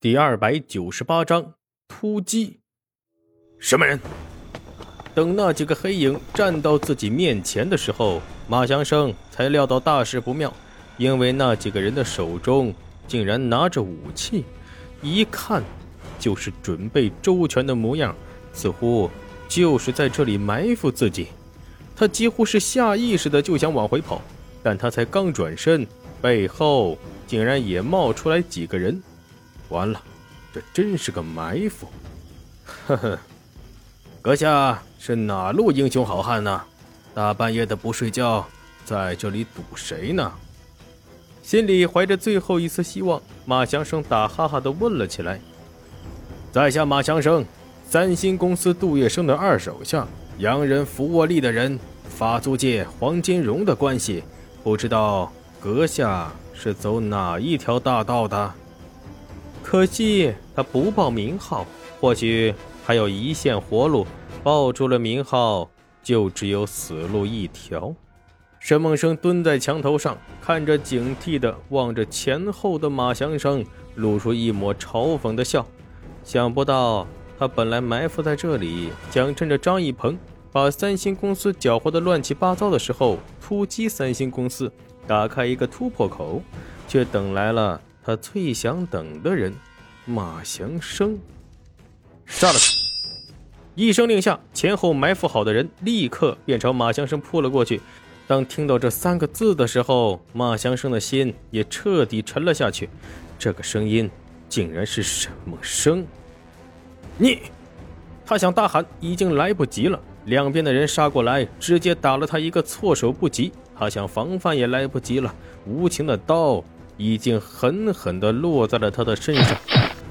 第298章突击。什么人？等那几个黑影站到自己面前的时候，马祥生才料到大事不妙，因为那几个人的手中竟然拿着武器，一看就是准备周全的模样，似乎就是在这里埋伏自己。他几乎是下意识的就想往回跑，但他才刚转身，背后竟然也冒出来几个人。完了，这真是个埋伏。呵呵，阁下是哪路英雄好汉呢？大半夜的不睡觉，在这里堵谁呢？心里怀着最后一丝希望，马祥生打哈哈地问了起来。在下马祥生，三星公司杜月笙的二手下，洋人福沃利的人，法租界黄金荣的关系，不知道阁下是走哪一条大道的？可惜他不报名号，或许还有一线活路，报出了名号就只有死路一条。沈梦生蹲在墙头上，看着警惕地望着前后的马祥生，露出一抹嘲讽的笑。想不到他本来埋伏在这里，想趁着张一鹏把三星公司搅和得乱七八糟的时候突击三星公司，打开一个突破口，却等来了他最想等的人马祥生。杀了他！一声令下，前后埋伏好的人立刻便朝马祥生扑了过去。当听到这3个字的时候，马祥生的心也彻底沉了下去。这个声音竟然是沈梦生。你！他想大喊，已经来不及了。两边的人杀过来，直接打了他一个措手不及。他想防范也来不及了，无情的刀已经狠狠地落在了他的身上。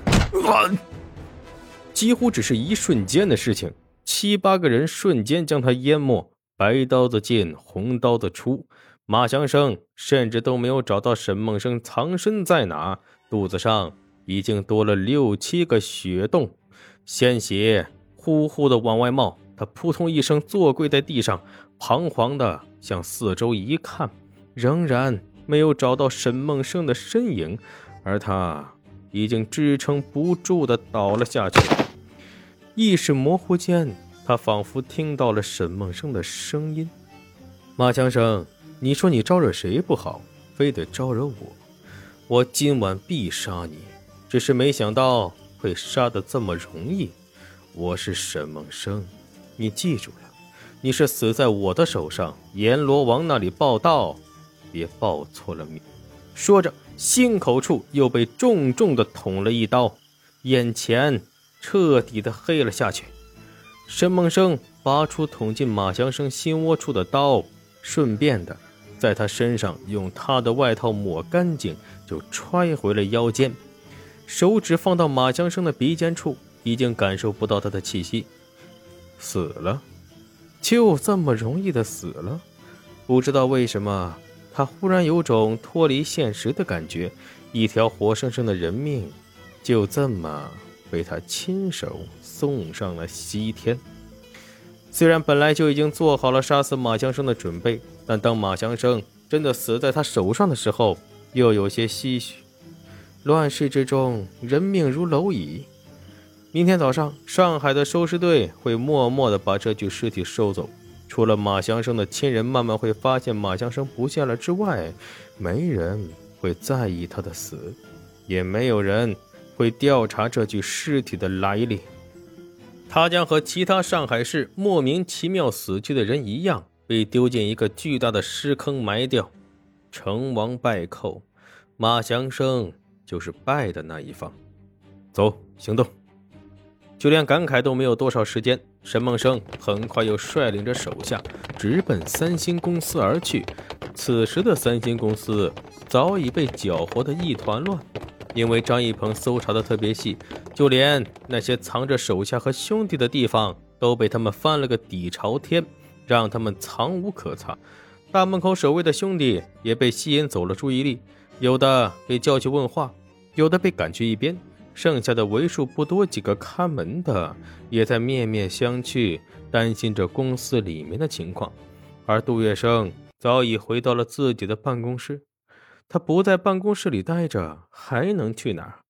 几乎只是一瞬间的事情，7、8个人瞬间将他淹没，白刀子进，红刀子出。马祥生甚至都没有找到沈梦生藏身在哪，肚子上已经多了6、7个血洞，鲜血呼呼的往外冒。他扑通一声坐跪在地上，彷徨的向四周一看，仍然没有找到沈梦生的身影，而他已经支撑不住的倒了下去。意识模糊间，他仿佛听到了沈梦生的声音。马强生，你说你招惹谁不好，非得招惹我，我今晚必杀你，只是没想到会杀得这么容易。我是沈梦生，你记住了，你是死在我的手上，阎罗王那里报到，别报错了名。说着，心口处又被重重地捅了一刀，眼前彻底的黑了下去。沈梦生拔出捅进马祥生心窝处的刀，顺便的在他身上用他的外套抹干净，就揣回了腰间。手指放到马祥生的鼻尖处，已经感受不到他的气息。死了，就这么容易的死了。不知道为什么，他忽然有种脱离现实的感觉，一条活生生的人命就这么被他亲手送上了西天。虽然本来就已经做好了杀死马祥生的准备，但当马祥生真的死在他手上的时候，又有些唏嘘。乱世之中，人命如蝼蚁。明天早上，上海的收尸队会默默地把这具尸体收走。除了马祥生的亲人慢慢会发现马祥生不见了之外，没人会在意他的死，也没有人会调查这具尸体的来历。他将和其他上海市莫名其妙死去的人一样，被丢进一个巨大的尸坑埋掉。成王败寇，马祥生就是败的那一方。走，行动！就连感慨都没有多少时间，沈梦生很快又率领着手下直奔三星公司而去。此时的三星公司早已被搅和得一团乱，因为张一鹏搜查的特别细，就连那些藏着手下和兄弟的地方都被他们翻了个底朝天，让他们藏无可藏。大门口守卫的兄弟也被吸引走了注意力，有的被叫去问话，有的被赶去一边，剩下的为数不多几个看门的也在面面相觑，担心着公司里面的情况。而杜月笙早已回到了自己的办公室，他不在办公室里待着，还能去哪儿？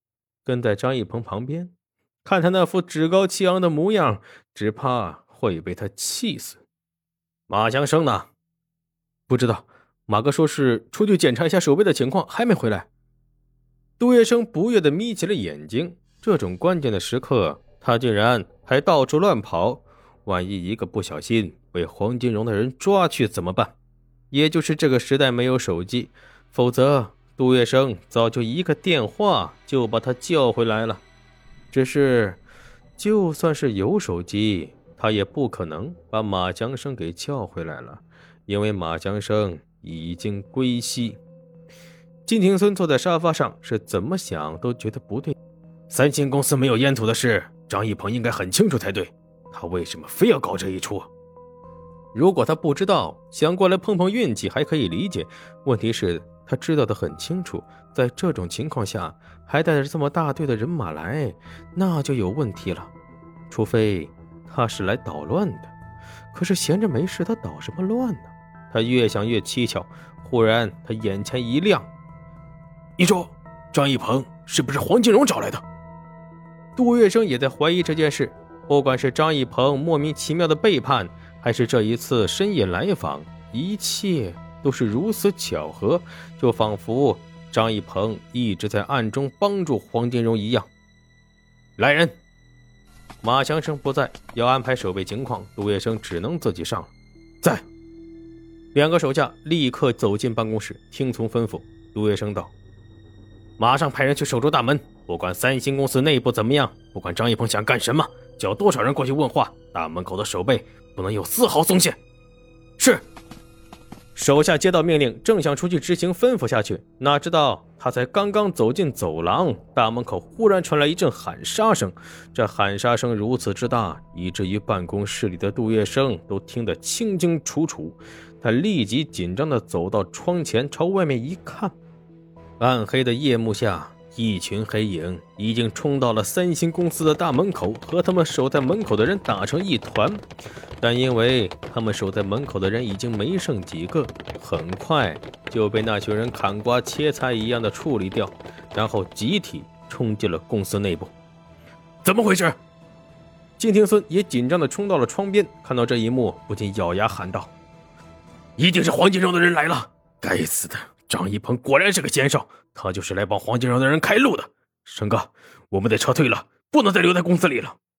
跟在张一鹏旁边，看他那副趾高气昂的模样，只怕会被他气死。马祥生呢？不知道，马哥说是出去检查一下守备的情况，还没回来。杜月笙不悦地眯起了眼睛，这种关键的时刻，他竟然还到处乱跑，万一一个不小心被黄金荣的人抓去怎么办？也就是这个时代没有手机，否则杜月笙早就一个电话就把他叫回来了。只是就算是有手机，他也不可能把马祥生给叫回来了，因为马祥生已经归西。金庭孙坐在沙发上，是怎么想都觉得不对。三星公司没有烟土的事，张一鹏应该很清楚才对，他为什么非要搞这一出？如果他不知道，想过来碰碰运气还可以理解，问题是他知道的很清楚，在这种情况下还带着这么大队的人马来，那就有问题了。除非他是来捣乱的，可是闲着没事他捣什么乱呢？他越想越蹊跷，忽然他眼前一亮，你说张一鹏是不是黄金荣找来的？杜月笙也在怀疑这件事，不管是张一鹏莫名其妙的背叛，还是这一次深夜来访，一切都是如此巧合，就仿佛张一鹏一直在暗中帮助黄金荣一样。来人！马祥生不在，要安排守备情况，杜月笙只能自己上了。在。两个手下立刻走进办公室，听从吩咐。杜月笙道：马上派人去守住大门，不管三星公司内部怎么样，不管张一鹏想干什么，叫多少人过去问话，大门口的守备不能有丝毫松懈。是。手下接到命令，正想出去执行吩咐下去，哪知道他才刚刚走进走廊，大门口忽然传来一阵喊杀声。这喊杀声如此之大，以至于办公室里的杜月笙都听得清清楚楚。他立即紧张地走到窗前，朝外面一看，暗黑的夜幕下，一群黑影已经冲到了三星公司的大门口，和他们守在门口的人打成一团。但因为他们守在门口的人已经没剩几个，很快就被那群人砍瓜切菜一样的处理掉，然后集体冲进了公司内部。怎么回事？金庭孙也紧张地冲到了窗边，看到这一幕不禁咬牙喊道：一定是黄金荣的人来了！该死的，张一鹏果然是个奸商，他就是来帮黄金荣的人开路的。生哥，我们得撤退了，不能再留在公司里了。